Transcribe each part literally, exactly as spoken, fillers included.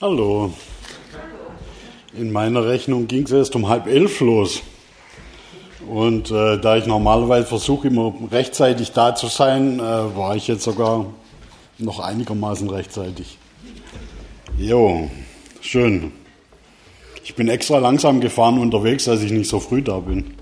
Hallo. In meiner Rechnung ging es erst um halb elf los. Und äh, da ich normalerweise versuche, immer rechtzeitig da zu sein, äh, war ich jetzt sogar noch einigermaßen rechtzeitig. Jo, schön. Ich bin extra langsam gefahren unterwegs, dass ich nicht so früh da bin.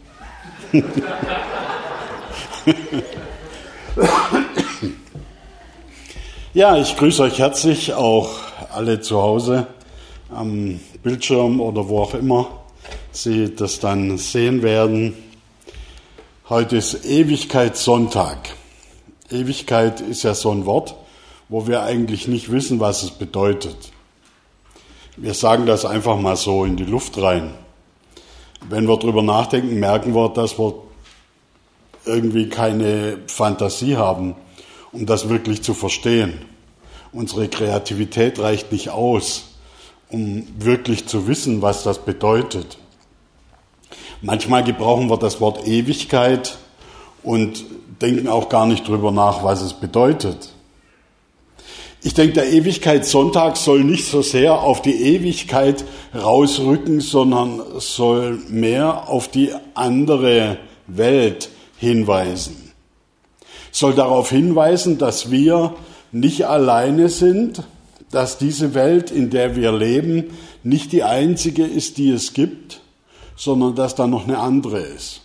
Ja, ich grüße euch herzlich, auch alle zu Hause am Bildschirm oder wo auch immer Sie das dann sehen werden. Heute ist Ewigkeitssonntag. Ewigkeit ist ja so ein Wort, wo wir eigentlich nicht wissen, was es bedeutet. Wir sagen das einfach mal so in die Luft rein. Wenn wir drüber nachdenken, merken wir, dass wir irgendwie keine Fantasie haben, um das wirklich zu verstehen. Unsere Kreativität reicht nicht aus, um wirklich zu wissen, was das bedeutet. Manchmal gebrauchen wir das Wort Ewigkeit und denken auch gar nicht drüber nach, was es bedeutet. Ich denke, der Ewigkeitssonntag soll nicht so sehr auf die Ewigkeit rausrücken, sondern soll mehr auf die andere Welt hinweisen. Soll darauf hinweisen, dass wir nicht alleine sind, dass diese Welt, in der wir leben, nicht die einzige ist, die es gibt, sondern dass da noch eine andere ist.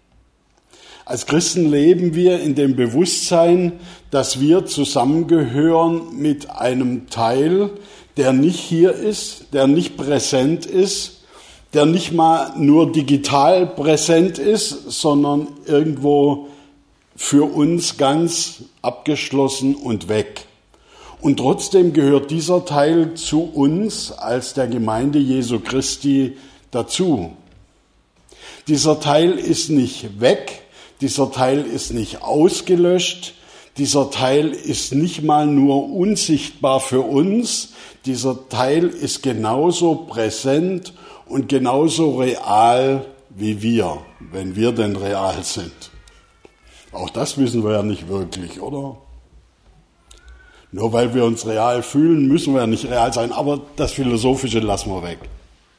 Als Christen leben wir in dem Bewusstsein, dass wir zusammengehören mit einem Teil, der nicht hier ist, der nicht präsent ist, der nicht mal nur digital präsent ist, sondern irgendwo für uns ganz abgeschlossen und weg. Und trotzdem gehört dieser Teil zu uns als der Gemeinde Jesu Christi dazu. Dieser Teil ist nicht weg, dieser Teil ist nicht ausgelöscht, dieser Teil ist nicht mal nur unsichtbar für uns, dieser Teil ist genauso präsent und genauso real wie wir, wenn wir denn real sind. Auch das wissen wir ja nicht wirklich, oder? Nur weil wir uns real fühlen, müssen wir ja nicht real sein, aber das Philosophische lassen wir weg.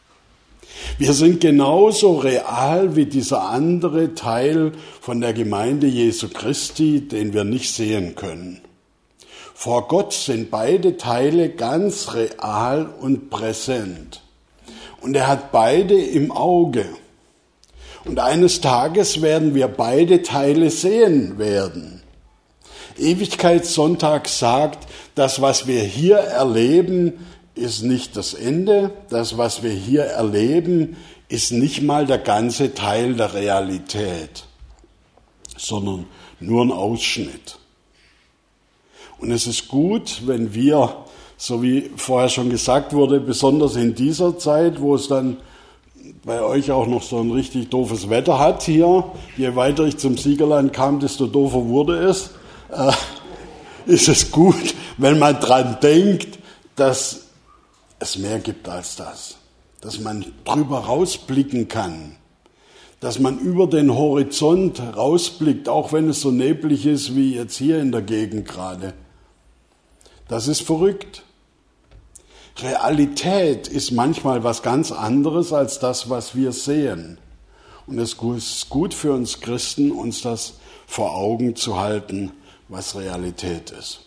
Wir sind genauso real wie dieser andere Teil von der Gemeinde Jesu Christi, den wir nicht sehen können. Vor Gott sind beide Teile ganz real und präsent. Und er hat beide im Auge. Und eines Tages werden wir beide Teile sehen werden. Ewigkeitssonntag sagt, das, was wir hier erleben, ist nicht das Ende. Das, was wir hier erleben, ist nicht mal der ganze Teil der Realität, sondern nur ein Ausschnitt. Und es ist gut, wenn wir, so wie vorher schon gesagt wurde, besonders in dieser Zeit, wo es dann bei euch auch noch so ein richtig doofes Wetter hat hier, je weiter ich zum Siegerland kam, desto doofer wurde es, äh, ist es gut, wenn man dran denkt, dass es mehr gibt als das, dass man drüber rausblicken kann, dass man über den Horizont rausblickt, auch wenn es so neblig ist wie jetzt hier in der Gegend gerade. Das ist verrückt. Realität ist manchmal was ganz anderes als das, was wir sehen. Und es ist gut für uns Christen, uns das vor Augen zu halten, was Realität ist.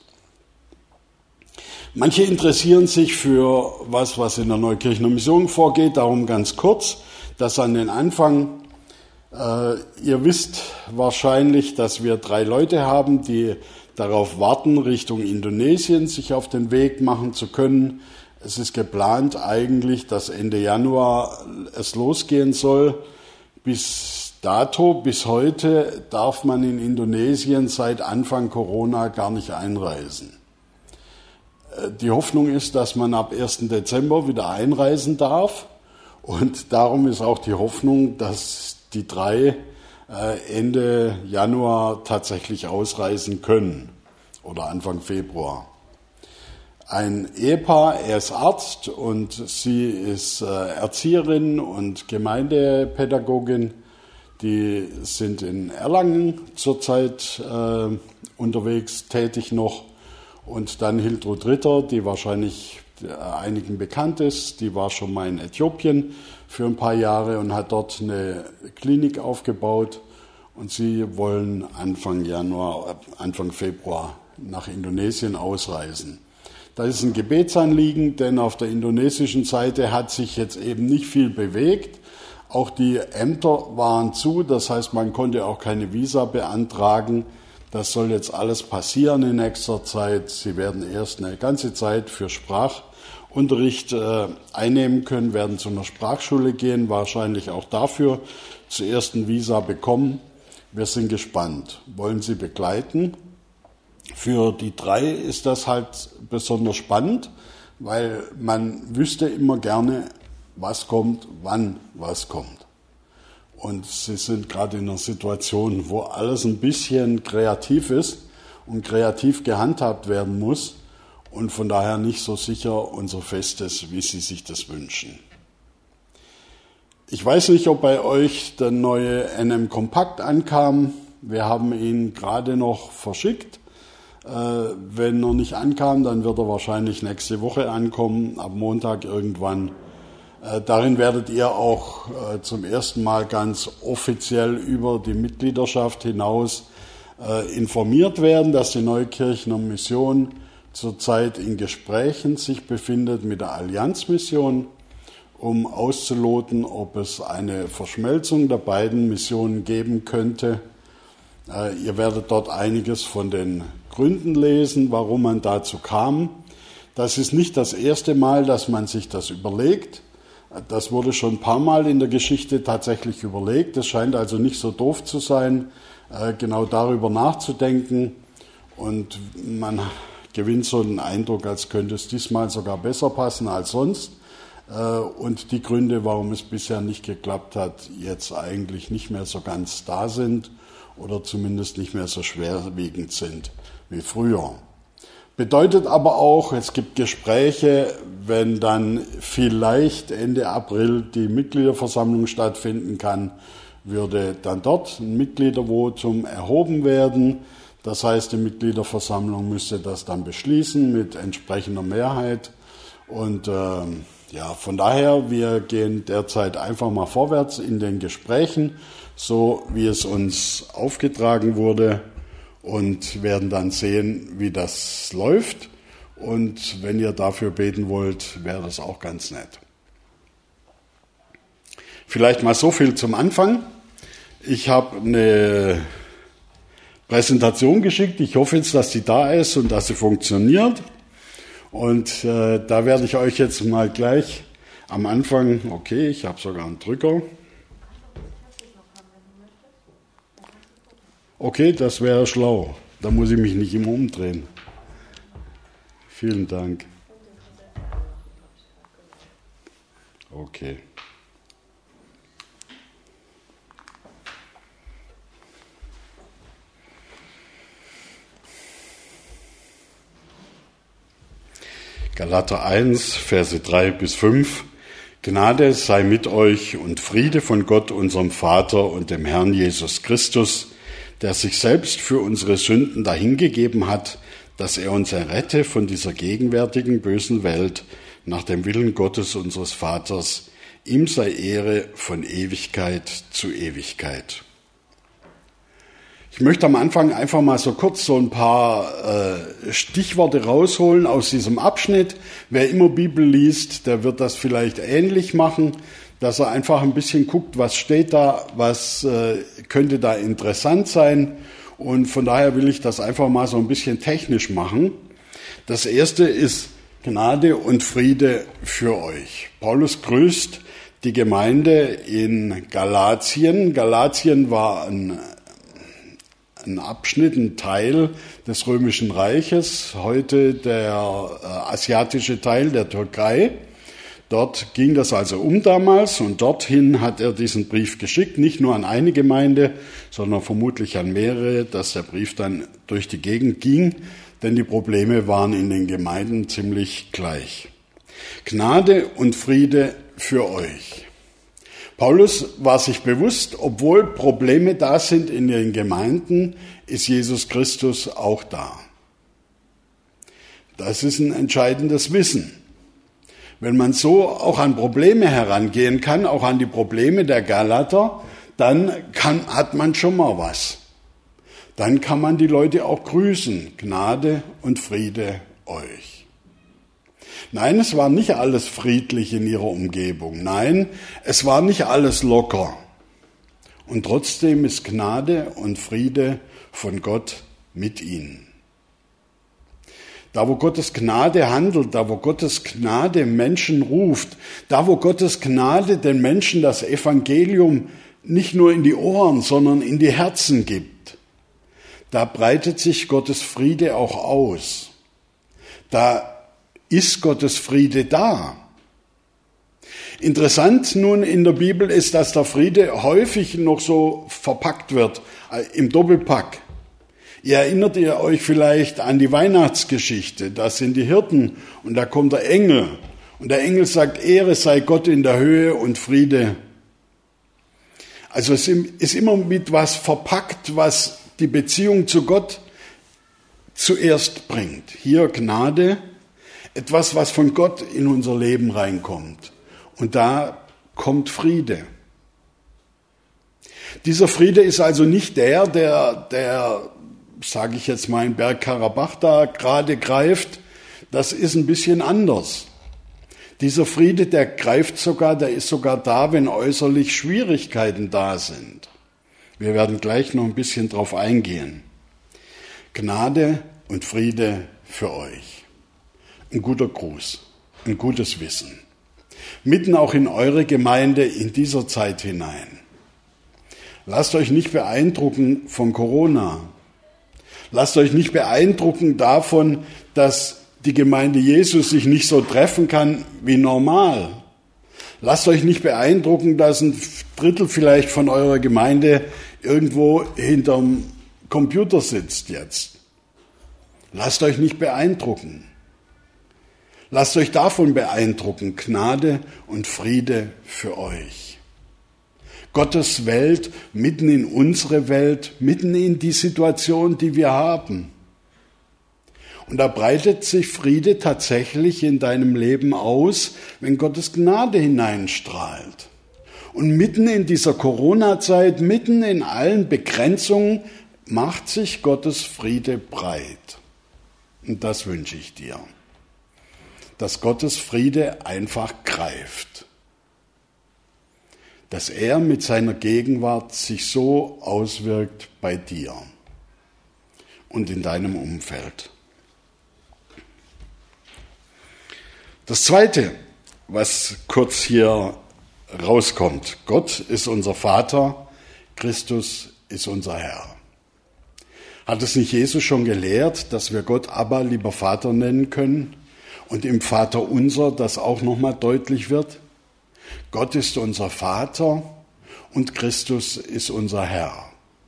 Manche interessieren sich für was, was in der Neukirchener Mission vorgeht, darum ganz kurz, das an den Anfang. Äh, ihr wisst wahrscheinlich, dass wir drei Leute haben, die darauf warten, Richtung Indonesien sich auf den Weg machen zu können. Es ist geplant eigentlich, dass Ende Januar es losgehen soll. Bis dato, bis heute, darf man in Indonesien seit Anfang Corona gar nicht einreisen. Die Hoffnung ist, dass man ab ersten Dezember wieder einreisen darf. Und darum ist auch die Hoffnung, dass die drei Ende Januar tatsächlich ausreisen können oder Anfang Februar. Ein Ehepaar, er ist Arzt und sie ist Erzieherin und Gemeindepädagogin. Die sind in Erlangen zurzeit äh, unterwegs, tätig noch. Und dann Hiltrud Ritter, die wahrscheinlich einigen bekannt ist. Die war schon mal in Äthiopien für ein paar Jahre und hat dort eine Klinik aufgebaut. Und sie wollen Anfang Januar, Anfang Februar nach Indonesien ausreisen. Das ist ein Gebetsanliegen, denn auf der indonesischen Seite hat sich jetzt eben nicht viel bewegt. Auch die Ämter waren zu, das heißt, man konnte auch keine Visa beantragen. Das soll jetzt alles passieren in nächster Zeit. Sie werden erst eine ganze Zeit für Sprachunterricht äh, einnehmen können, werden zu einer Sprachschule gehen, wahrscheinlich auch dafür zuerst ein Visa bekommen. Wir sind gespannt. Wollen Sie begleiten? Für die drei ist das halt besonders spannend, weil man wüsste immer gerne, was kommt, wann was kommt. Und sie sind gerade in einer Situation, wo alles ein bisschen kreativ ist und kreativ gehandhabt werden muss und von daher nicht so sicher und so fest ist, wie sie sich das wünschen. Ich weiß nicht, ob bei euch der neue N M Kompakt ankam. Wir haben ihn gerade noch verschickt. Äh, wenn er nicht ankam, dann wird er wahrscheinlich nächste Woche ankommen, ab Montag irgendwann. Äh, darin werdet ihr auch äh, zum ersten Mal ganz offiziell über die Mitgliedschaft hinaus äh, informiert werden, dass die Neukirchner Mission zurzeit in Gesprächen sich befindet mit der Allianzmission, um auszuloten, ob es eine Verschmelzung der beiden Missionen geben könnte. Äh, ihr werdet dort einiges von den Gründen lesen, warum man dazu kam. Das ist nicht das erste Mal, dass man sich das überlegt. Das wurde schon ein paar Mal in der Geschichte tatsächlich überlegt. Es scheint also nicht so doof zu sein, äh, genau darüber nachzudenken. Und man gewinnt so einen Eindruck, als könnte es diesmal sogar besser passen als sonst. Und die Gründe, warum es bisher nicht geklappt hat, jetzt eigentlich nicht mehr so ganz da sind oder zumindest nicht mehr so schwerwiegend sind wie früher. Bedeutet aber auch, es gibt Gespräche, wenn dann vielleicht Ende April die Mitgliederversammlung stattfinden kann, würde dann dort ein Mitgliedervotum erhoben werden. Das heißt, die Mitgliederversammlung müsste das dann beschließen mit entsprechender Mehrheit. Und äh, ja, von daher, wir gehen derzeit einfach mal vorwärts in den Gesprächen, so wie es uns aufgetragen wurde, und werden dann sehen, wie das läuft. Und wenn ihr dafür beten wollt, wäre das auch ganz nett. Vielleicht mal so viel zum Anfang. Ich habe eine Präsentation geschickt. Ich hoffe jetzt, dass die da ist und dass sie funktioniert. Und äh, da werde ich euch jetzt mal gleich am Anfang, okay, ich habe sogar einen Drücker. Okay, das wäre schlau. Da muss ich mich nicht immer umdrehen. Vielen Dank. Okay. Galater eins, Verse drei bis fünf. Gnade sei mit euch und Friede von Gott, unserem Vater und dem Herrn Jesus Christus, der sich selbst für unsere Sünden dahingegeben hat, dass er uns errette von dieser gegenwärtigen bösen Welt nach dem Willen Gottes unseres Vaters. Ihm sei Ehre von Ewigkeit zu Ewigkeit. Ich möchte am Anfang einfach mal so kurz so ein paar äh, Stichworte rausholen aus diesem Abschnitt. Wer immer Bibel liest, der wird das vielleicht ähnlich machen, dass er einfach ein bisschen guckt, was steht da, was äh, könnte da interessant sein. Und von daher will ich das einfach mal so ein bisschen technisch machen. Das erste ist Gnade und Friede für euch. Paulus grüßt die Gemeinde in Galatien. Galatien war ein ein Abschnitt, ein Teil des Römischen Reiches, heute der äh, asiatische Teil der Türkei. Dort ging das also um damals und dorthin hat er diesen Brief geschickt, nicht nur an eine Gemeinde, sondern vermutlich an mehrere, dass der Brief dann durch die Gegend ging, denn die Probleme waren in den Gemeinden ziemlich gleich. Gnade und Friede für euch. Paulus war sich bewusst, obwohl Probleme da sind in den Gemeinden, ist Jesus Christus auch da. Das ist ein entscheidendes Wissen. Wenn man so auch an Probleme herangehen kann, auch an die Probleme der Galater, dann kann, hat man schon mal was. Dann kann man die Leute auch grüßen. Gnade und Friede euch. Nein, es war nicht alles friedlich in ihrer Umgebung. Nein, es war nicht alles locker. Und trotzdem ist Gnade und Friede von Gott mit ihnen. Da, wo Gottes Gnade handelt, da, wo Gottes Gnade Menschen ruft, da, wo Gottes Gnade den Menschen das Evangelium nicht nur in die Ohren, sondern in die Herzen gibt, da breitet sich Gottes Friede auch aus. Da ist Gottes Friede da. Interessant nun in der Bibel ist, dass der Friede häufig noch so verpackt wird, im Doppelpack. Ihr erinnert ihr euch vielleicht an die Weihnachtsgeschichte, da sind die Hirten und da kommt der Engel. Und der Engel sagt, Ehre sei Gott in der Höhe und Friede. Also es ist immer mit was verpackt, was die Beziehung zu Gott zuerst bringt. Hier Gnade, etwas, was von Gott in unser Leben reinkommt. Und da kommt Friede. Dieser Friede ist also nicht der, der, der, sage ich jetzt mal, in Berg Karabach da gerade greift. Das ist ein bisschen anders. Dieser Friede, der greift sogar, der ist sogar da, wenn äußerlich Schwierigkeiten da sind. Wir werden gleich noch ein bisschen drauf eingehen. Gnade und Friede für euch. Ein guter Gruß, ein gutes Wissen. Mitten auch in eure Gemeinde in dieser Zeit hinein. Lasst euch nicht beeindrucken von Corona. Lasst euch nicht beeindrucken davon, dass die Gemeinde Jesus sich nicht so treffen kann wie normal. Lasst euch nicht beeindrucken, dass ein Drittel vielleicht von eurer Gemeinde irgendwo hinterm Computer sitzt jetzt. Lasst euch nicht beeindrucken. Lasst euch davon beeindrucken, Gnade und Friede für euch. Gottes Welt mitten in unsere Welt, mitten in die Situation, die wir haben. Und da breitet sich Friede tatsächlich in deinem Leben aus, wenn Gottes Gnade hineinstrahlt. Und mitten in dieser Corona-Zeit, mitten in allen Begrenzungen, macht sich Gottes Friede breit. Und das wünsche ich dir. Dass Gottes Friede einfach greift. Dass er mit seiner Gegenwart sich so auswirkt bei dir und in deinem Umfeld. Das Zweite, was kurz hier rauskommt: Gott ist unser Vater, Christus ist unser Herr. Hat es nicht Jesus schon gelehrt, dass wir Gott Abba, lieber Vater, nennen können? Und im Vater unser das auch nochmal deutlich wird? Gott ist unser Vater und Christus ist unser Herr.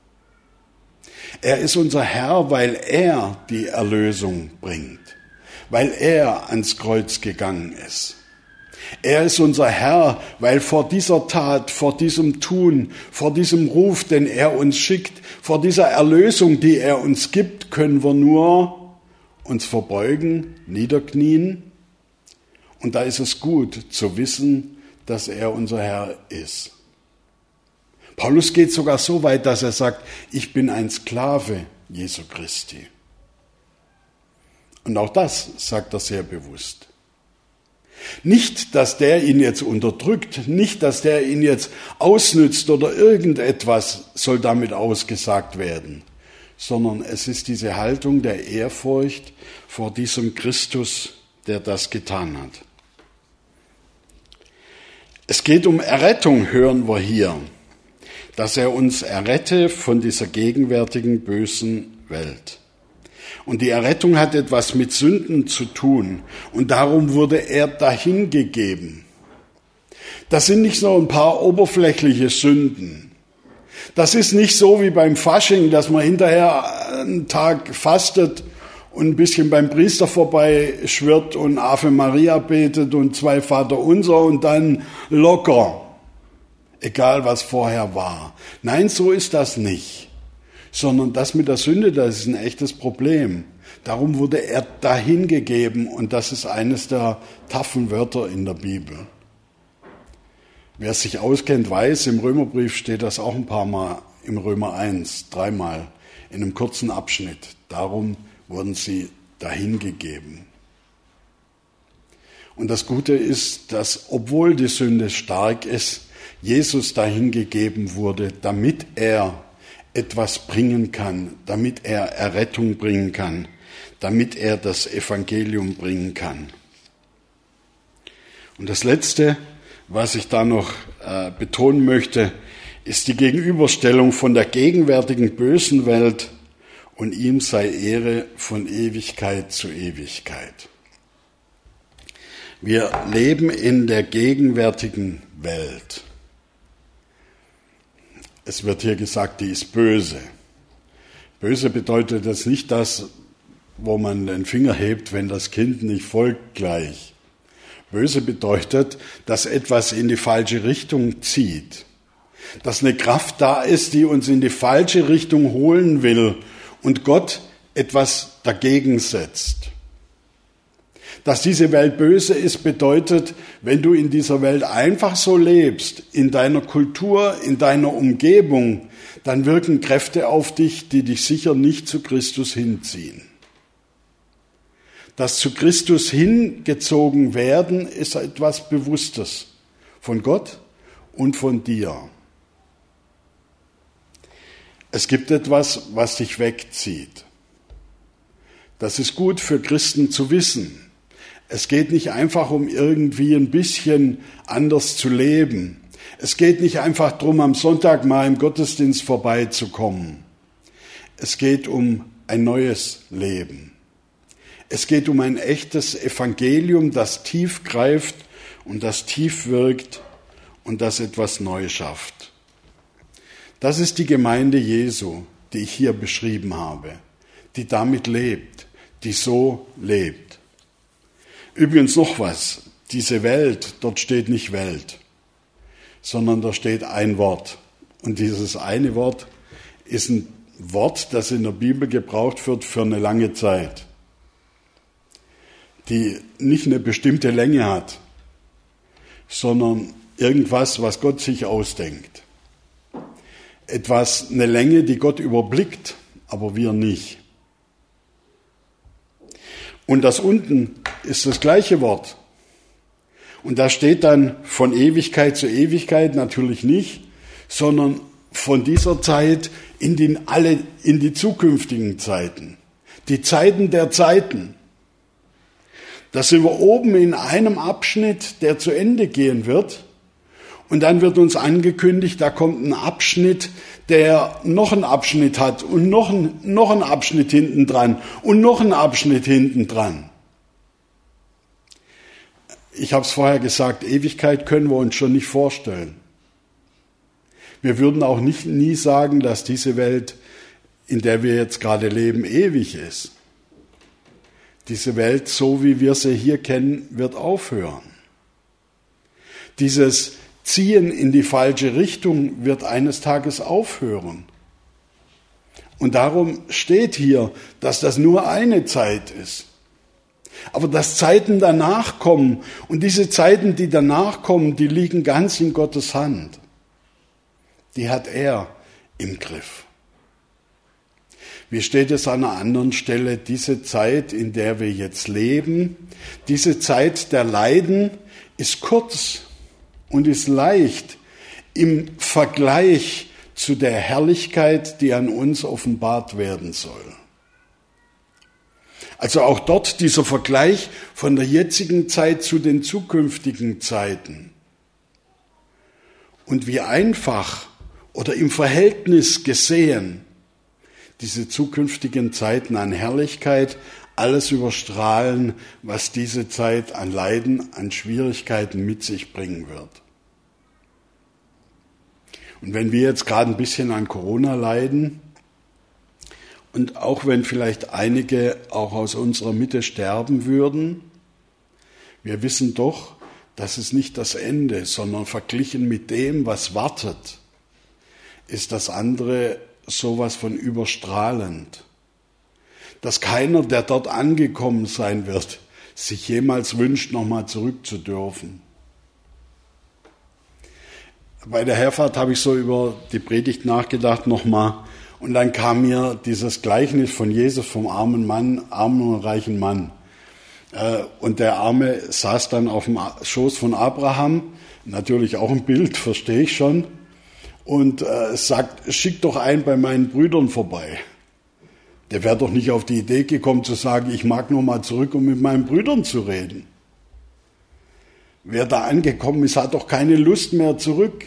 Er ist unser Herr, weil er die Erlösung bringt, weil er ans Kreuz gegangen ist. Er ist unser Herr, weil vor dieser Tat, vor diesem Tun, vor diesem Ruf, den er uns schickt, vor dieser Erlösung, die er uns gibt, können wir nur uns verbeugen, niederknien. Und da ist es gut zu wissen, dass er unser Herr ist. Paulus geht sogar so weit, dass er sagt, ich bin ein Sklave Jesu Christi. Und auch das sagt er sehr bewusst. Nicht, dass der ihn jetzt unterdrückt, nicht, dass der ihn jetzt ausnützt oder irgendetwas soll damit ausgesagt werden, sondern es ist diese Haltung der Ehrfurcht vor diesem Christus, der das getan hat. Es geht um Errettung, hören wir hier, dass er uns errette von dieser gegenwärtigen bösen Welt. Und die Errettung hat etwas mit Sünden zu tun und darum wurde er dahingegeben. Das sind nicht so ein paar oberflächliche Sünden. Das ist nicht so wie beim Fasching, dass man hinterher einen Tag fastet und ein bisschen beim Priester vorbeischwirrt und Ave Maria betet und zwei Vaterunser und dann locker, egal was vorher war. Nein, so ist das nicht. Sondern das mit der Sünde, das ist ein echtes Problem. Darum wurde er dahingegeben, und das ist eines der taffen Wörter in der Bibel. Wer sich auskennt, weiß, im Römerbrief steht das auch ein paar Mal, im Römer eins, dreimal, in einem kurzen Abschnitt. Darum wurden sie dahingegeben. Und das Gute ist, dass, obwohl die Sünde stark ist, Jesus dahingegeben wurde, damit er etwas bringen kann, damit er Errettung bringen kann, damit er das Evangelium bringen kann. Und das Letzte, was ich da noch äh, betonen möchte, ist die Gegenüberstellung von der gegenwärtigen bösen Welt und ihm sei Ehre von Ewigkeit zu Ewigkeit. Wir leben in der gegenwärtigen Welt. Es wird hier gesagt, die ist böse. Böse bedeutet jetzt nicht das, wo man den Finger hebt, wenn das Kind nicht folgt gleich. Böse bedeutet, dass etwas in die falsche Richtung zieht. Dass eine Kraft da ist, die uns in die falsche Richtung holen will und Gott etwas dagegen setzt. Dass diese Welt böse ist, bedeutet, wenn du in dieser Welt einfach so lebst, in deiner Kultur, in deiner Umgebung, dann wirken Kräfte auf dich, die dich sicher nicht zu Christus hinziehen. Das zu Christus hingezogen werden, ist etwas Bewusstes von Gott und von dir. Es gibt etwas, was dich wegzieht. Das ist gut für Christen zu wissen. Es geht nicht einfach um irgendwie ein bisschen anders zu leben. Es geht nicht einfach darum, am Sonntag mal im Gottesdienst vorbeizukommen. Es geht um ein neues Leben. Es geht um ein echtes Evangelium, das tief greift und das tief wirkt und das etwas neu schafft. Das ist die Gemeinde Jesu, die ich hier beschrieben habe, die damit lebt, die so lebt. Übrigens noch was, diese Welt, dort steht nicht Welt, sondern da steht ein Wort. Und dieses eine Wort ist ein Wort, das in der Bibel gebraucht wird für eine lange Zeit, die nicht eine bestimmte Länge hat, sondern irgendwas, was Gott sich ausdenkt. Etwas, eine Länge, die Gott überblickt, aber wir nicht. Und das unten ist das gleiche Wort. Und da steht dann von Ewigkeit zu Ewigkeit natürlich nicht, sondern von dieser Zeit in die, alle, in die zukünftigen Zeiten. Die Zeiten der Zeiten. Da sind wir oben in einem Abschnitt, der zu Ende gehen wird. Und dann wird uns angekündigt, da kommt ein Abschnitt, der noch einen Abschnitt hat und noch ein, noch einen Abschnitt hinten dran und noch einen Abschnitt hinten dran. Ich habe es vorher gesagt, Ewigkeit können wir uns schon nicht vorstellen. Wir würden auch nicht, nie sagen, dass diese Welt, in der wir jetzt gerade leben, ewig ist. Diese Welt, so wie wir sie hier kennen, wird aufhören. Dieses Ziehen in die falsche Richtung wird eines Tages aufhören. Und darum steht hier, dass das nur eine Zeit ist. Aber dass Zeiten danach kommen, und diese Zeiten, die danach kommen, die liegen ganz in Gottes Hand. Die hat er im Griff. Wie steht es an einer anderen Stelle? Diese Zeit, in der wir jetzt leben, diese Zeit der Leiden ist kurz und ist leicht im Vergleich zu der Herrlichkeit, die an uns offenbart werden soll. Also auch dort dieser Vergleich von der jetzigen Zeit zu den zukünftigen Zeiten. Und wie einfach oder im Verhältnis gesehen diese zukünftigen Zeiten an Herrlichkeit alles überstrahlen, was diese Zeit an Leiden, an Schwierigkeiten mit sich bringen wird. Und wenn wir jetzt gerade ein bisschen an Corona leiden und auch wenn vielleicht einige auch aus unserer Mitte sterben würden, wir wissen doch, das ist nicht das Ende, sondern verglichen mit dem, was wartet, ist das andere sowas von überstrahlend. dass keiner, der dort angekommen sein wird, sich jemals wünscht, nochmal zurück zu dürfen. Bei der Herfahrt habe ich so über die Predigt nachgedacht nochmal und dann kam mir dieses Gleichnis von Jesus vom armen Mann, armen und reichen Mann. Und der Arme saß dann auf dem Schoß von Abraham, natürlich auch ein Bild, verstehe ich schon, und äh, sagt, schick doch einen bei meinen Brüdern vorbei. Der wäre doch nicht auf die Idee gekommen zu sagen, ich mag nur mal zurück, um mit meinen Brüdern zu reden. Wer da angekommen ist, hat doch keine Lust mehr zurück.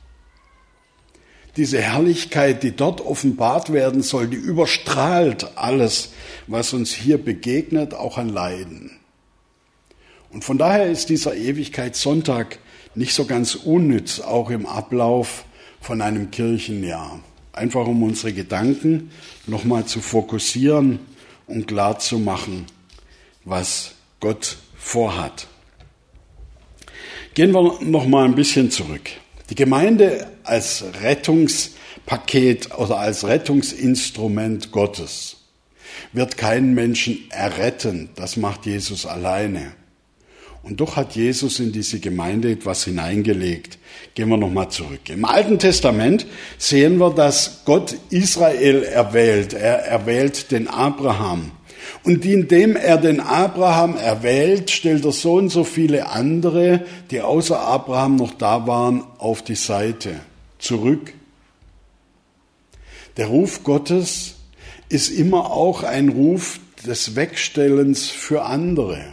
Diese Herrlichkeit, die dort offenbart werden soll, die überstrahlt alles, was uns hier begegnet, auch an Leiden. Und von daher ist dieser Ewigkeitssonntag nicht so ganz unnütz, auch im Ablauf von einem Kirchenjahr. Einfach um unsere Gedanken nochmal zu fokussieren und klar zu machen, was Gott vorhat. Gehen wir nochmal ein bisschen zurück. Die Gemeinde als Rettungspaket oder als Rettungsinstrument Gottes wird keinen Menschen erretten. Das macht Jesus alleine. Und doch hat Jesus in diese Gemeinde etwas hineingelegt. Gehen wir nochmal zurück. Im Alten Testament sehen wir, dass Gott Israel erwählt. Er erwählt den Abraham. Und indem er den Abraham erwählt, stellt er so und so viele andere, die außer Abraham noch da waren, auf die Seite, zurück. Der Ruf Gottes ist immer auch ein Ruf des Wegstellens für andere.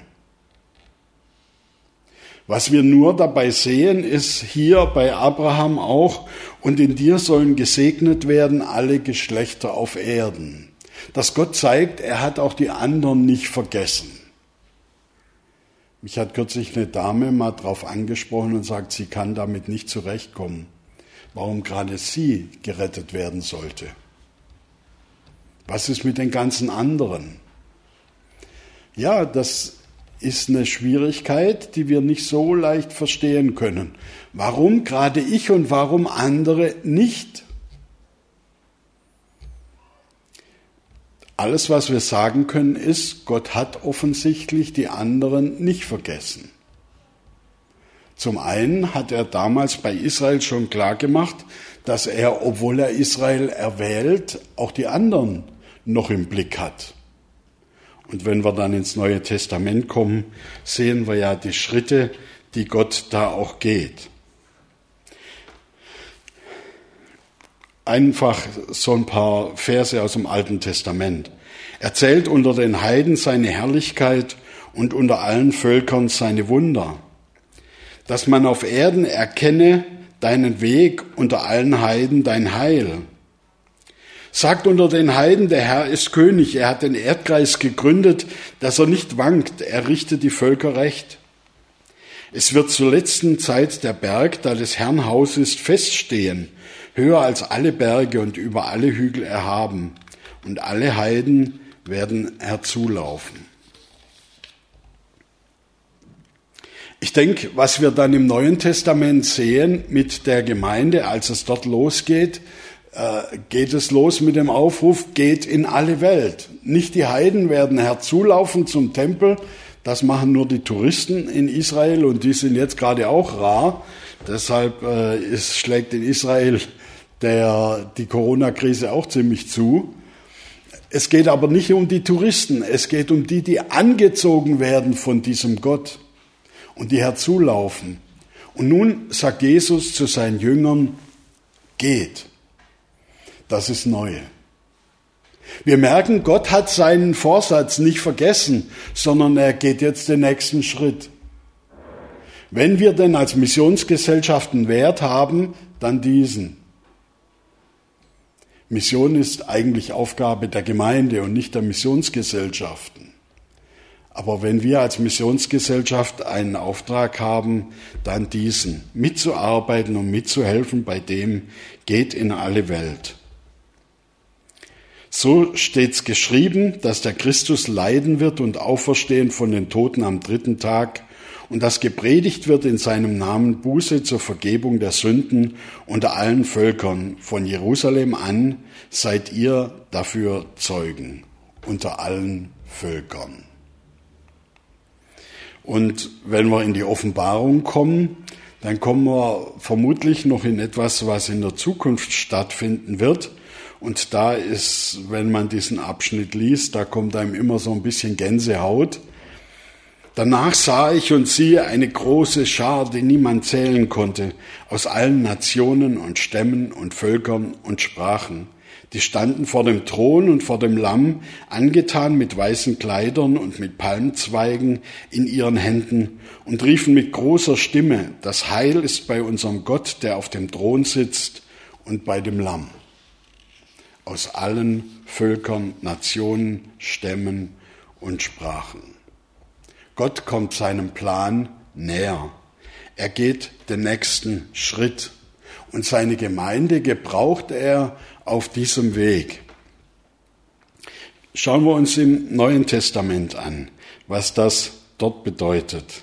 Was wir nur dabei sehen, ist hier bei Abraham auch, und in dir sollen gesegnet werden alle Geschlechter auf Erden. Dass Gott zeigt, er hat auch die anderen nicht vergessen. Mich hat kürzlich eine Dame mal drauf angesprochen und sagt, sie kann damit nicht zurechtkommen, warum gerade sie gerettet werden sollte. Was ist mit den ganzen anderen? Ja, das ist eine Schwierigkeit, die wir nicht so leicht verstehen können. Warum gerade ich und warum andere nicht? Alles, was wir sagen können, ist, Gott hat offensichtlich die anderen nicht vergessen. Zum einen hat er damals bei Israel schon klar gemacht, dass er, obwohl er Israel erwählt, auch die anderen noch im Blick hat. Und wenn wir dann ins Neue Testament kommen, sehen wir ja die Schritte, die Gott da auch geht. Einfach so ein paar Verse aus dem Alten Testament. Er zählt unter den Heiden seine Herrlichkeit und unter allen Völkern seine Wunder. Dass man auf Erden erkenne deinen Weg, unter allen Heiden dein Heil. Sagt unter den Heiden, der Herr ist König, er hat den Erdkreis gegründet, dass er nicht wankt, er richtet die Völker recht. Es wird zur letzten Zeit der Berg, da des Herrn Haus ist, feststehen, höher als alle Berge und über alle Hügel erhaben, und alle Heiden werden herzulaufen. Ich denke, was wir dann im Neuen Testament sehen mit der Gemeinde, als es dort losgeht, geht es los mit dem Aufruf, geht in alle Welt. Nicht die Heiden werden herzulaufen zum Tempel, das machen nur die Touristen in Israel und die sind jetzt gerade auch rar. Deshalb äh, ist, schlägt in Israel der, die Corona-Krise auch ziemlich zu. Es geht aber nicht um die Touristen, es geht um die, die angezogen werden von diesem Gott und die herzulaufen. Und nun sagt Jesus zu seinen Jüngern, geht. Das ist neu. Wir merken, Gott hat seinen Vorsatz nicht vergessen, sondern er geht jetzt den nächsten Schritt. Wenn wir denn als Missionsgesellschaften Wert haben, dann diesen. Mission ist eigentlich Aufgabe der Gemeinde und nicht der Missionsgesellschaften. Aber wenn wir als Missionsgesellschaft einen Auftrag haben, dann diesen, mitzuarbeiten und mitzuhelfen bei dem, geht in alle Welt. So steht's geschrieben, dass der Christus leiden wird und auferstehen von den Toten am dritten Tag und dass gepredigt wird in seinem Namen Buße zur Vergebung der Sünden unter allen Völkern. Von Jerusalem an seid ihr dafür Zeugen. unter allen Völkern. Und wenn wir in die Offenbarung kommen, dann kommen wir vermutlich noch in etwas, was in der Zukunft stattfinden wird. Und da ist, wenn man diesen Abschnitt liest, da kommt einem immer so ein bisschen Gänsehaut. Danach sah ich und siehe eine große Schar, die niemand zählen konnte, aus allen Nationen und Stämmen und Völkern und Sprachen. Die standen vor dem Thron und vor dem Lamm, angetan mit weißen Kleidern und mit Palmzweigen in ihren Händen und riefen mit großer Stimme, das Heil ist bei unserem Gott, der auf dem Thron sitzt, und bei dem Lamm. Aus allen Völkern, Nationen, Stämmen und Sprachen. Gott kommt seinem Plan näher. Er geht den nächsten Schritt. Und seine Gemeinde gebraucht er auf diesem Weg. Schauen wir uns im Neuen Testament an, was das dort bedeutet.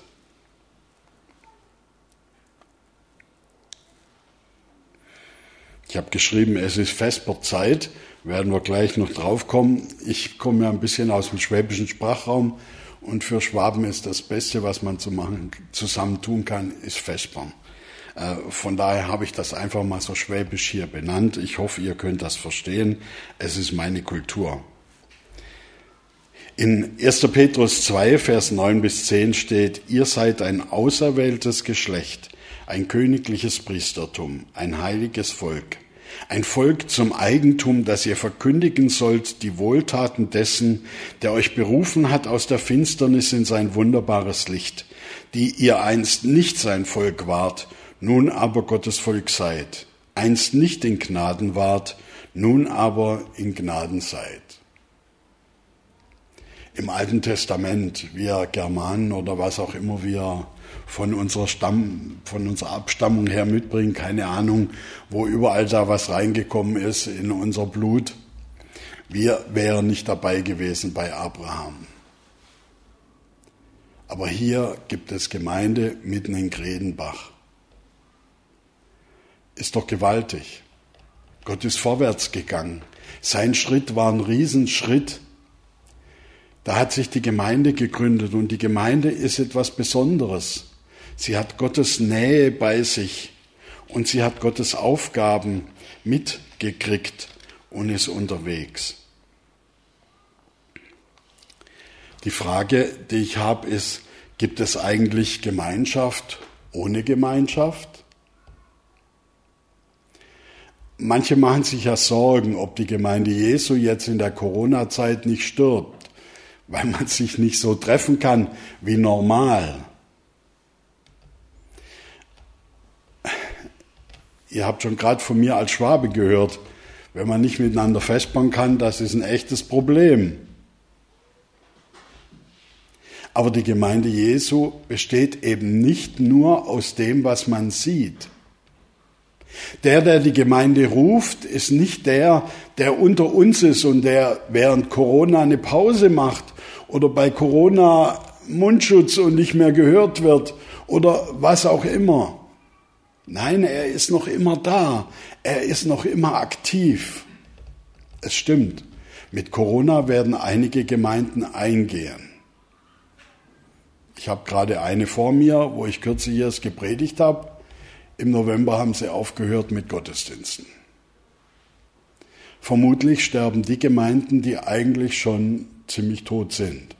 Ich habe geschrieben, es ist Vesperzeit, werden wir gleich noch drauf kommen. Ich komme ja ein bisschen aus dem schwäbischen Sprachraum und für Schwaben ist das Beste, was man zu machen, zusammen tun kann, ist Vespern. Von daher habe ich das einfach mal so schwäbisch hier benannt. Ich hoffe, ihr könnt das verstehen. Es ist meine Kultur. In erster Petrus zwei, Vers neun bis zehn steht, ihr seid ein auserwähltes Geschlecht, ein königliches Priestertum, ein heiliges Volk, ein Volk zum Eigentum, das ihr verkündigen sollt, die Wohltaten dessen, der euch berufen hat aus der Finsternis in sein wunderbares Licht, die ihr einst nicht sein Volk wart, nun aber Gottes Volk seid, einst nicht in Gnaden wart, nun aber in Gnaden seid. Im Alten Testament, wir Germanen oder was auch immer wir von unserer Stamm, von unserer Abstammung her mitbringen, keine Ahnung, wo überall da was reingekommen ist in unser Blut. Wir wären nicht dabei gewesen bei Abraham. Aber hier gibt es Gemeinde mitten in Gredenbach. Ist doch gewaltig. Gott ist vorwärts gegangen. Sein Schritt war ein Riesenschritt. Da hat sich die Gemeinde gegründet und die Gemeinde ist etwas Besonderes. Sie hat Gottes Nähe bei sich und sie hat Gottes Aufgaben mitgekriegt und ist unterwegs. Die Frage, die ich habe, ist, gibt es eigentlich Gemeinschaft ohne Gemeinschaft? Manche machen sich ja Sorgen, ob die Gemeinde Jesu jetzt in der Corona-Zeit nicht stirbt, weil man sich nicht so treffen kann wie normal. Ihr habt schon gerade von mir als Schwabe gehört, wenn man nicht miteinander vespern kann, das ist ein echtes Problem. Aber die Gemeinde Jesu besteht eben nicht nur aus dem, was man sieht. Der, der die Gemeinde ruft, ist nicht der, der unter uns ist und der während Corona eine Pause macht oder bei Corona Mundschutz und nicht mehr gehört wird oder was auch immer. Nein, er ist noch immer da. Er ist noch immer aktiv. Es stimmt, mit Corona werden einige Gemeinden eingehen. Ich habe gerade eine vor mir, wo ich kürzlich erst gepredigt habe. Im November haben sie aufgehört mit Gottesdiensten. Vermutlich sterben die Gemeinden, die eigentlich schon ziemlich tot sind.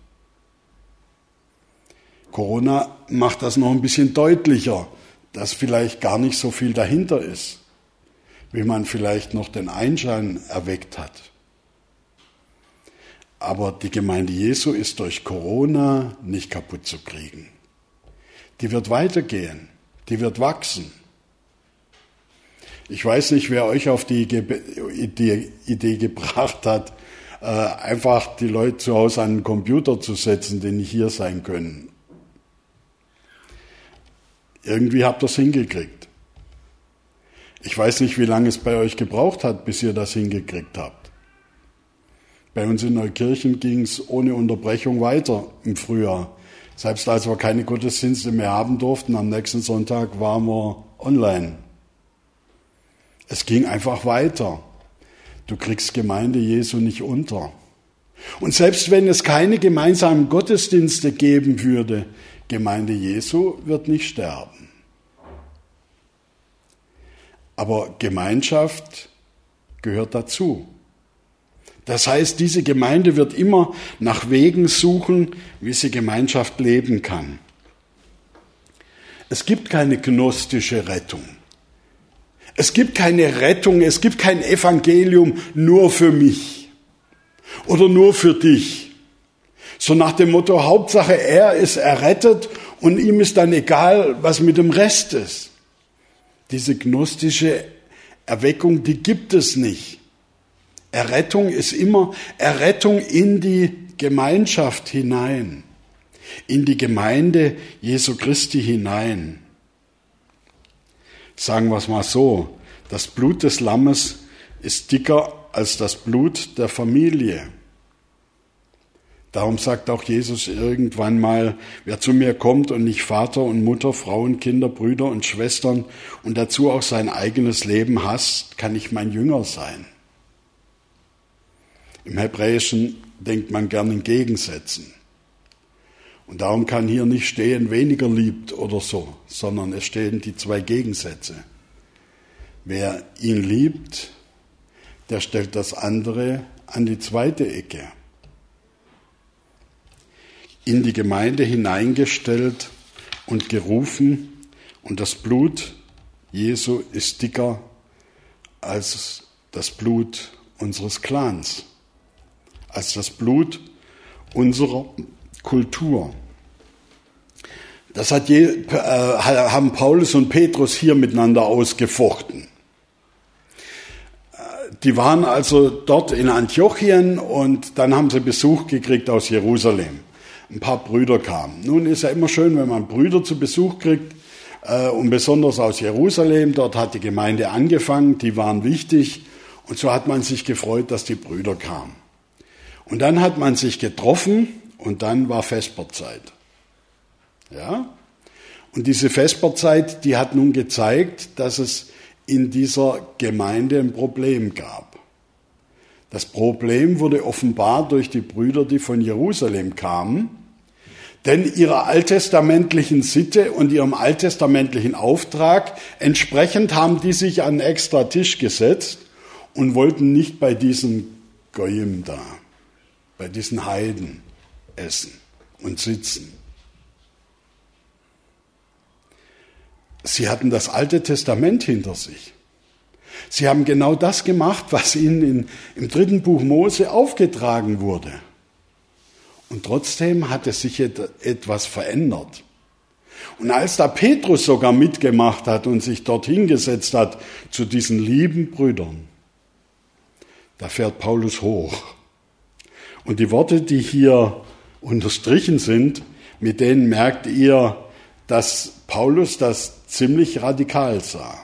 Corona macht das noch ein bisschen deutlicher, dass vielleicht gar nicht so viel dahinter ist, wie man vielleicht noch den Einschein erweckt hat. Aber die Gemeinde Jesu ist durch Corona nicht kaputt zu kriegen. Die wird weitergehen, die wird wachsen. Ich weiß nicht, wer euch auf die Idee, Idee gebracht hat, einfach die Leute zu Hause an den Computer zu setzen, die nicht hier sein können. Irgendwie habt ihr es hingekriegt. Ich weiß nicht, wie lange es bei euch gebraucht hat, bis ihr das hingekriegt habt. Bei uns in Neukirchen ging es ohne Unterbrechung weiter im Frühjahr. Selbst als wir keine Gottesdienste mehr haben durften, am nächsten Sonntag waren wir online. Es ging einfach weiter. Du kriegst Gemeinde Jesu nicht unter. Und selbst wenn es keine gemeinsamen Gottesdienste geben würde, Gemeinde Jesu wird nicht sterben. Aber Gemeinschaft gehört dazu. Das heißt, diese Gemeinde wird immer nach Wegen suchen, wie sie Gemeinschaft leben kann. Es gibt keine gnostische Rettung. Es gibt keine Rettung, es gibt kein Evangelium nur für mich oder nur für dich. So nach dem Motto, Hauptsache er ist errettet und ihm ist dann egal, was mit dem Rest ist. Diese gnostische Erweckung, die gibt es nicht. Errettung ist immer Errettung in die Gemeinschaft hinein, in die Gemeinde Jesu Christi hinein. Sagen wir es mal so, das Blut des Lammes ist dicker als das Blut der Familie. Darum sagt auch Jesus irgendwann mal, wer zu mir kommt und nicht Vater und Mutter, Frauen, Kinder, Brüder und Schwestern und dazu auch sein eigenes Leben hasst, kann nicht mein Jünger sein. Im Hebräischen denkt man gern in Gegensätzen. Und darum kann hier nicht stehen, weniger liebt oder so, sondern es stehen die zwei Gegensätze. Wer ihn liebt, der stellt das andere an die zweite Ecke. In die Gemeinde hineingestellt und gerufen, und das Blut Jesu ist dicker als das Blut unseres Clans, als das Blut unserer Kultur. Das hat je, äh, haben Paulus und Petrus hier miteinander ausgefochten. Die waren also dort in Antiochien und dann haben sie Besuch gekriegt aus Jerusalem. Ein paar Brüder kamen. Nun ist ja immer schön, wenn man Brüder zu Besuch kriegt, äh, und besonders aus Jerusalem. Dort hat die Gemeinde angefangen, die waren wichtig und so hat man sich gefreut, dass die Brüder kamen. Und dann hat man sich getroffen und dann war Vesperzeit. Ja? Und diese Vesperzeit, die hat nun gezeigt, dass es in dieser Gemeinde ein Problem gab. Das Problem wurde offenbar durch die Brüder, die von Jerusalem kamen, denn ihrer alttestamentlichen Sitte und ihrem alttestamentlichen Auftrag entsprechend haben die sich an einen extra Tisch gesetzt und wollten nicht bei diesen Goyim da, bei diesen Heiden essen und sitzen. Sie hatten das Alte Testament hinter sich. Sie haben genau das gemacht, was ihnen in, im dritten Buch Mose aufgetragen wurde. Und trotzdem hat es sich etwas verändert. Und als da Petrus sogar mitgemacht hat und sich dort hingesetzt hat zu diesen lieben Brüdern, da fährt Paulus hoch. Und die Worte, die hier unterstrichen sind, mit denen merkt ihr, dass Paulus das ziemlich radikal sah.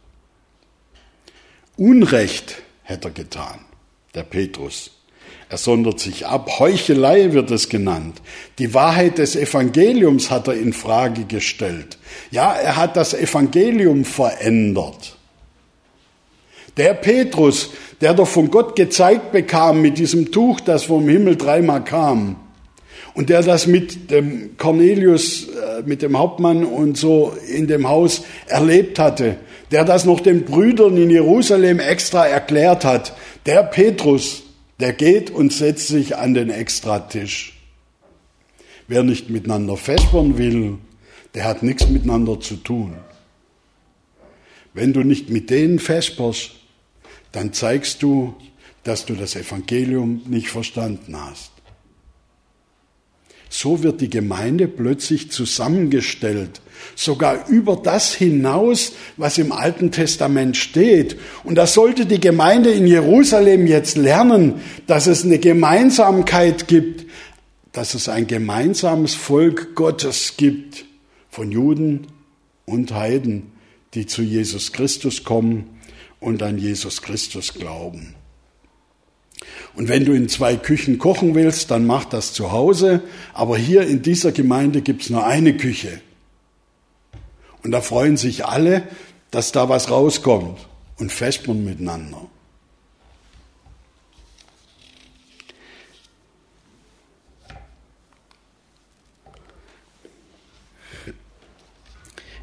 Unrecht hätte er getan, der Petrus. Er sondert sich ab. Heuchelei wird es genannt. Die Wahrheit des Evangeliums hat er in Frage gestellt. Ja, er hat das Evangelium verändert. Der Petrus, der doch von Gott gezeigt bekam mit diesem Tuch, das vom Himmel dreimal kam, und der das mit dem Cornelius, mit dem Hauptmann und so in dem Haus erlebt hatte, der das noch den Brüdern in Jerusalem extra erklärt hat, der Petrus, der geht und setzt sich an den Extratisch. Wer nicht miteinander vespern will, der hat nichts miteinander zu tun. Wenn du nicht mit denen vesperst, dann zeigst du, dass du das Evangelium nicht verstanden hast. So wird die Gemeinde plötzlich zusammengestellt, sogar über das hinaus, was im Alten Testament steht. Und das sollte die Gemeinde in Jerusalem jetzt lernen, dass es eine Gemeinsamkeit gibt, dass es ein gemeinsames Volk Gottes gibt, von Juden und Heiden, die zu Jesus Christus kommen und an Jesus Christus glauben. Und wenn du in zwei Küchen kochen willst, dann mach das zu Hause. Aber hier in dieser Gemeinde gibt es nur eine Küche. Und da freuen sich alle, dass da was rauskommt und vespern miteinander.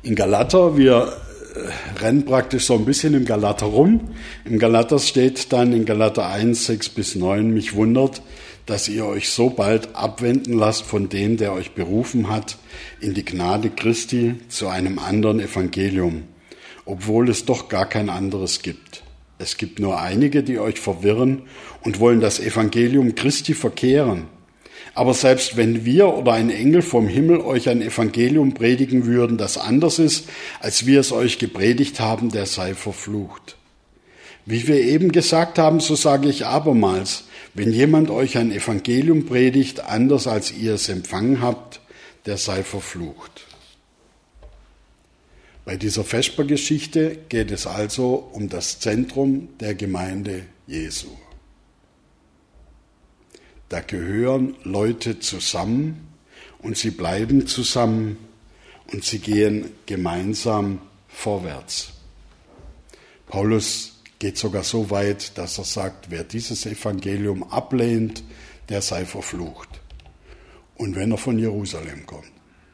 In Galater, wir rennen praktisch so ein bisschen im Galater rum. Im Galater steht dann in Galater eins, sechs bis neun, mich wundert, dass ihr euch so bald abwenden lasst von dem, der euch berufen hat, in die Gnade Christi zu einem anderen Evangelium, obwohl es doch gar kein anderes gibt. Es gibt nur einige, die euch verwirren und wollen das Evangelium Christi verkehren. Aber selbst wenn wir oder ein Engel vom Himmel euch ein Evangelium predigen würden, das anders ist, als wir es euch gepredigt haben, der sei verflucht. Wie wir eben gesagt haben, so sage ich abermals, wenn jemand euch ein Evangelium predigt, anders als ihr es empfangen habt, der sei verflucht. Bei dieser Vespergeschichte geht es also um das Zentrum der Gemeinde Jesu. Da gehören Leute zusammen und sie bleiben zusammen und sie gehen gemeinsam vorwärts. Paulus geht sogar so weit, dass er sagt, wer dieses Evangelium ablehnt, der sei verflucht. Und wenn er von Jerusalem kommt.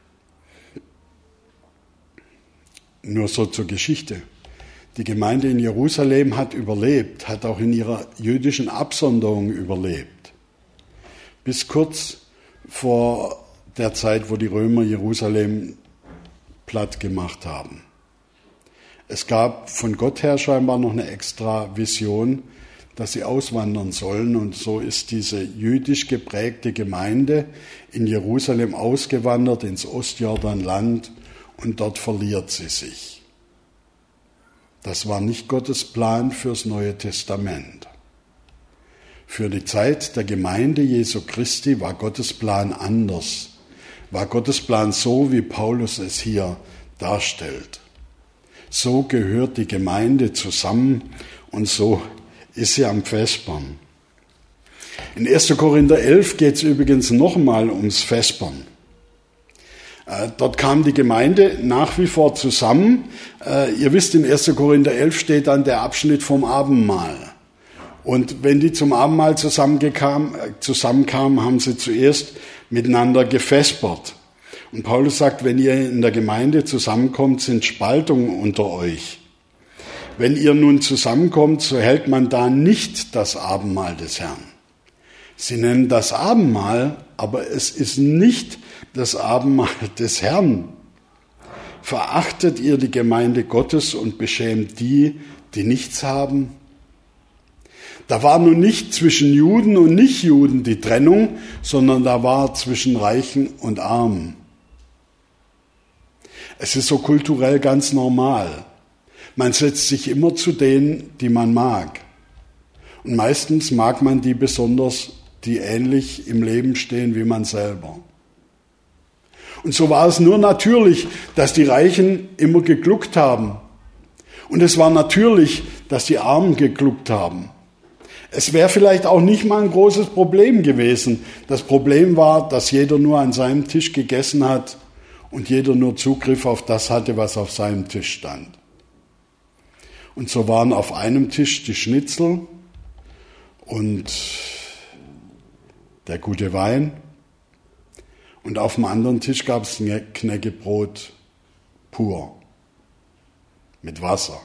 Nur so zur Geschichte. Die Gemeinde in Jerusalem hat überlebt, hat auch in ihrer jüdischen Absonderung überlebt. Bis kurz vor der Zeit, wo die Römer Jerusalem platt gemacht haben. Es gab von Gott her scheinbar noch eine extra Vision, dass sie auswandern sollen. Und so ist diese jüdisch geprägte Gemeinde in Jerusalem ausgewandert ins Ostjordanland und dort verliert sie sich. Das war nicht Gottes Plan fürs Neue Testament. Für die Zeit der Gemeinde Jesu Christi war Gottes Plan anders. War Gottes Plan so, wie Paulus es hier darstellt. So gehört die Gemeinde zusammen und so ist sie am Vespern. In erster Korinther elf geht es übrigens nochmal ums Vespern. Äh, dort kam die Gemeinde nach wie vor zusammen. Äh, ihr wisst, in erster Korinther elf steht dann der Abschnitt vom Abendmahl. Und wenn die zum Abendmahl zusammenkamen, zusammenkamen, haben sie zuerst miteinander gefespert. Und Paulus sagt, wenn ihr in der Gemeinde zusammenkommt, sind Spaltungen unter euch. Wenn ihr nun zusammenkommt, so hält man da nicht das Abendmahl des Herrn. Sie nennen das Abendmahl, aber es ist nicht das Abendmahl des Herrn. Verachtet ihr die Gemeinde Gottes und beschämt die, die nichts haben? Da war nun nicht zwischen Juden und Nichtjuden die Trennung, sondern da war zwischen Reichen und Armen. Es ist so kulturell ganz normal. Man setzt sich immer zu denen, die man mag. Und meistens mag man die besonders, die ähnlich im Leben stehen wie man selber. Und so war es nur natürlich, dass die Reichen immer gegluckt haben. Und es war natürlich, dass die Armen gegluckt haben. Es wäre vielleicht auch nicht mal ein großes Problem gewesen. Das Problem war, dass jeder nur an seinem Tisch gegessen hat und jeder nur Zugriff auf das hatte, was auf seinem Tisch stand. Und so waren auf einem Tisch die Schnitzel und der gute Wein und auf dem anderen Tisch gab es ein Knäckebrot pur mit Wasser.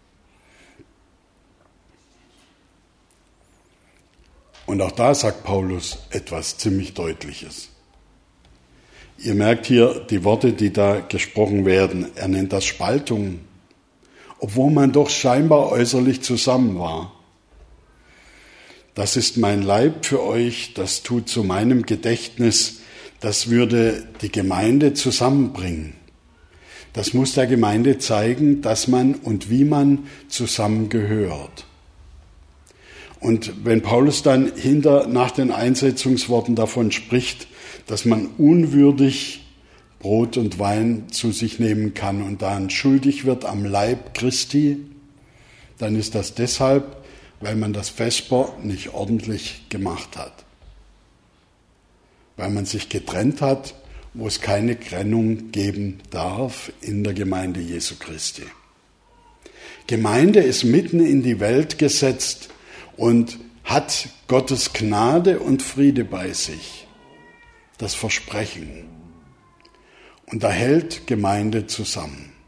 Und auch da sagt Paulus etwas ziemlich Deutliches. Ihr merkt hier die Worte, die da gesprochen werden. Er nennt das Spaltung, obwohl man doch scheinbar äußerlich zusammen war. Das ist mein Leib für euch, das tut zu meinem Gedächtnis, das würde die Gemeinde zusammenbringen. Das muss der Gemeinde zeigen, dass man und wie man zusammengehört. Und wenn Paulus dann hinter, nach den Einsetzungsworten davon spricht, dass man unwürdig Brot und Wein zu sich nehmen kann und dann schuldig wird am Leib Christi, dann ist das deshalb, weil man das Vesper nicht ordentlich gemacht hat. Weil man sich getrennt hat, wo es keine Trennung geben darf in der Gemeinde Jesu Christi. Gemeinde ist mitten in die Welt gesetzt und hat Gottes Gnade und Friede bei sich. Das Versprechen. Und da hält Gemeinde zusammen.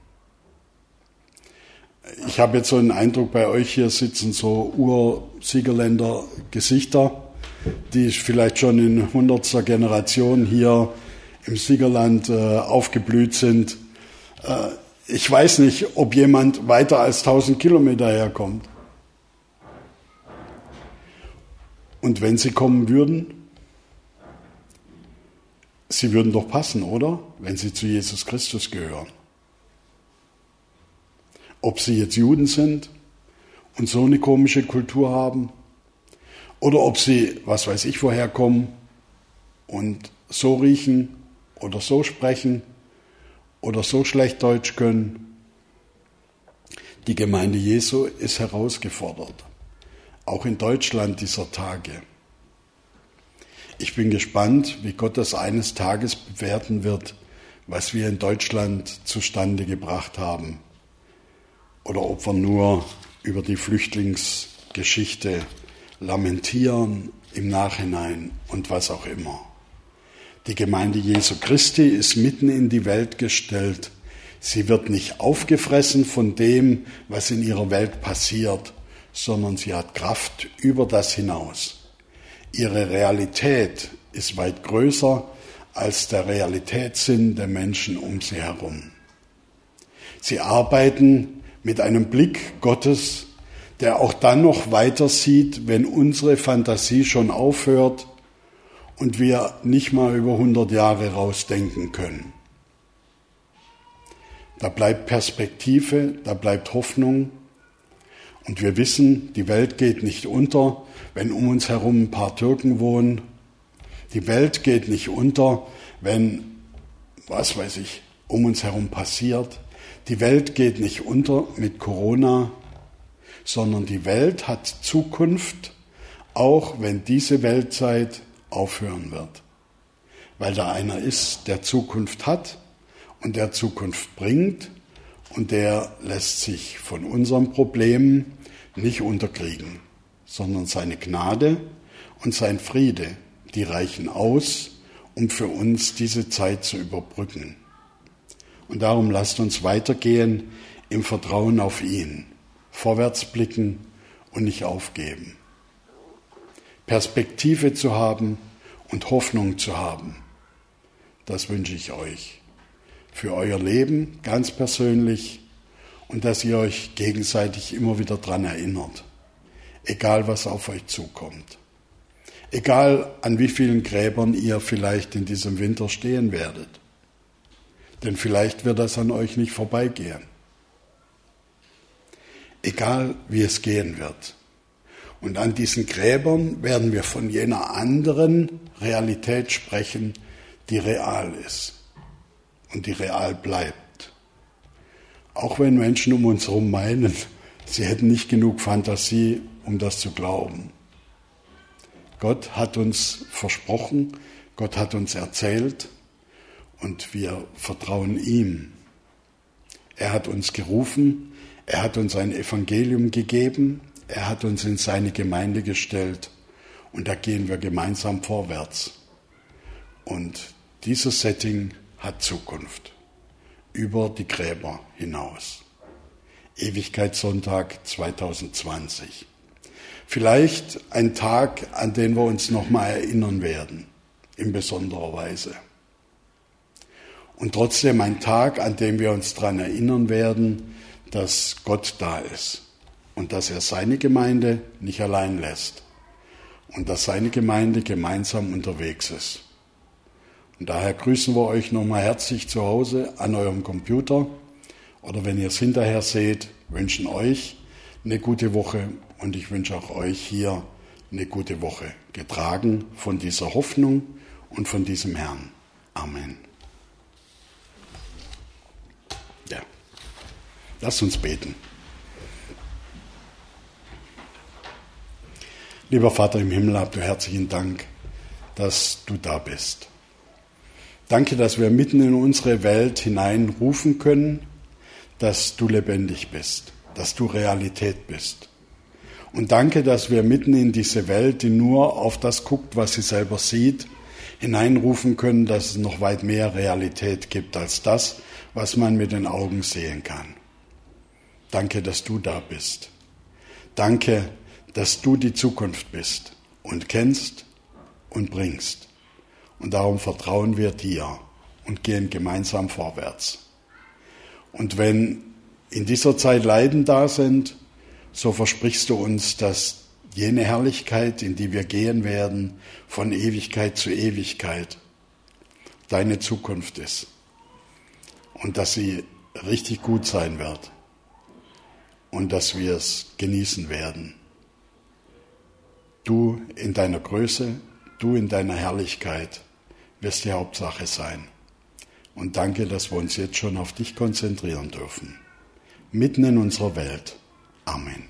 ich habe jetzt so einen Eindruck, bei euch hier sitzen so Ur-Siegerländer Gesichter, die vielleicht schon in hundertster Generation hier im Siegerland äh, aufgeblüht sind. Äh, ich weiß nicht, ob jemand weiter als tausend Kilometer herkommt. Und wenn sie kommen würden, sie würden doch passen, oder? Wenn sie zu Jesus Christus gehören. Ob sie jetzt Juden sind und so eine komische Kultur haben, oder ob sie, was weiß ich, woher kommen und so riechen oder so sprechen oder so schlecht Deutsch können. Die Gemeinde Jesu ist herausgefordert, auch in Deutschland dieser Tage. Ich bin gespannt, wie Gott das eines Tages bewerten wird, was wir in Deutschland zustande gebracht haben. Oder ob wir nur über die Flüchtlingsgeschichte lamentieren im Nachhinein und was auch immer. Die Gemeinde Jesu Christi ist mitten in die Welt gestellt. Sie wird nicht aufgefressen von dem, was in ihrer Welt passiert, sondern sie hat Kraft über das hinaus. Ihre Realität ist weit größer als der Realitätssinn der Menschen um sie herum. Sie arbeiten mit einem Blick Gottes, der auch dann noch weiter sieht, wenn unsere Fantasie schon aufhört und wir nicht mal über hundert Jahre rausdenken können. Da bleibt Perspektive, da bleibt Hoffnung und wir wissen, die Welt geht nicht unter, wenn um uns herum ein paar Türken wohnen. Die Welt geht nicht unter, wenn, was weiß ich, um uns herum passiert. Die Welt geht nicht unter mit Corona, sondern die Welt hat Zukunft, auch wenn diese Weltzeit aufhören wird. Weil da einer ist, der Zukunft hat und der Zukunft bringt und der lässt sich von unseren Problemen nicht unterkriegen, sondern seine Gnade und sein Friede, die reichen aus, um für uns diese Zeit zu überbrücken. Und darum lasst uns weitergehen im Vertrauen auf ihn, vorwärts blicken und nicht aufgeben. Perspektive zu haben und Hoffnung zu haben, das wünsche ich euch. Für euer Leben ganz persönlich und dass ihr euch gegenseitig immer wieder dran erinnert, egal was auf euch zukommt. Egal an wie vielen Gräbern ihr vielleicht in diesem Winter stehen werdet. Denn vielleicht wird das an euch nicht vorbeigehen. Egal wie es gehen wird. Und an diesen Gräbern werden wir von jener anderen Realität sprechen, die real ist und die real bleibt. Auch wenn Menschen um uns herum meinen, sie hätten nicht genug Fantasie, um das zu glauben. Gott hat uns versprochen, Gott hat uns erzählt und wir vertrauen ihm. Er hat uns gerufen, er hat uns ein Evangelium gegeben, er hat uns in seine Gemeinde gestellt und da gehen wir gemeinsam vorwärts. Und dieses Setting hat Zukunft, über die Gräber hinaus. Ewigkeitssonntag zwanzig zwanzig. Vielleicht ein Tag, an den wir uns nochmal erinnern werden, in besonderer Weise. Und trotzdem ein Tag, an dem wir uns daran erinnern werden, dass Gott da ist und dass er seine Gemeinde nicht allein lässt und dass seine Gemeinde gemeinsam unterwegs ist. Und daher grüßen wir euch nochmal herzlich zu Hause an eurem Computer oder wenn ihr es hinterher seht, wünschen euch eine gute Woche und ich wünsche auch euch hier eine gute Woche, getragen von dieser Hoffnung und von diesem Herrn. Amen. Ja, lasst uns beten. Lieber Vater im Himmel, habt du herzlichen Dank, dass du da bist. Danke, dass wir mitten in unsere Welt hineinrufen können, dass du lebendig bist, dass du Realität bist. Und danke, dass wir mitten in diese Welt, die nur auf das guckt, was sie selber sieht, hineinrufen können, dass es noch weit mehr Realität gibt als das, was man mit den Augen sehen kann. Danke, dass du da bist. Danke, dass du die Zukunft bist und kennst und bringst. Und darum vertrauen wir dir und gehen gemeinsam vorwärts. Und wenn in dieser Zeit Leiden da sind, so versprichst du uns, dass jene Herrlichkeit, in die wir gehen werden, von Ewigkeit zu Ewigkeit, deine Zukunft ist. Und dass sie richtig gut sein wird. Und dass wir es genießen werden. Du in deiner Größe, du in deiner Herrlichkeit wirst die Hauptsache sein. Und danke, dass wir uns jetzt schon auf dich konzentrieren dürfen. Mitten in unserer Welt. Amen.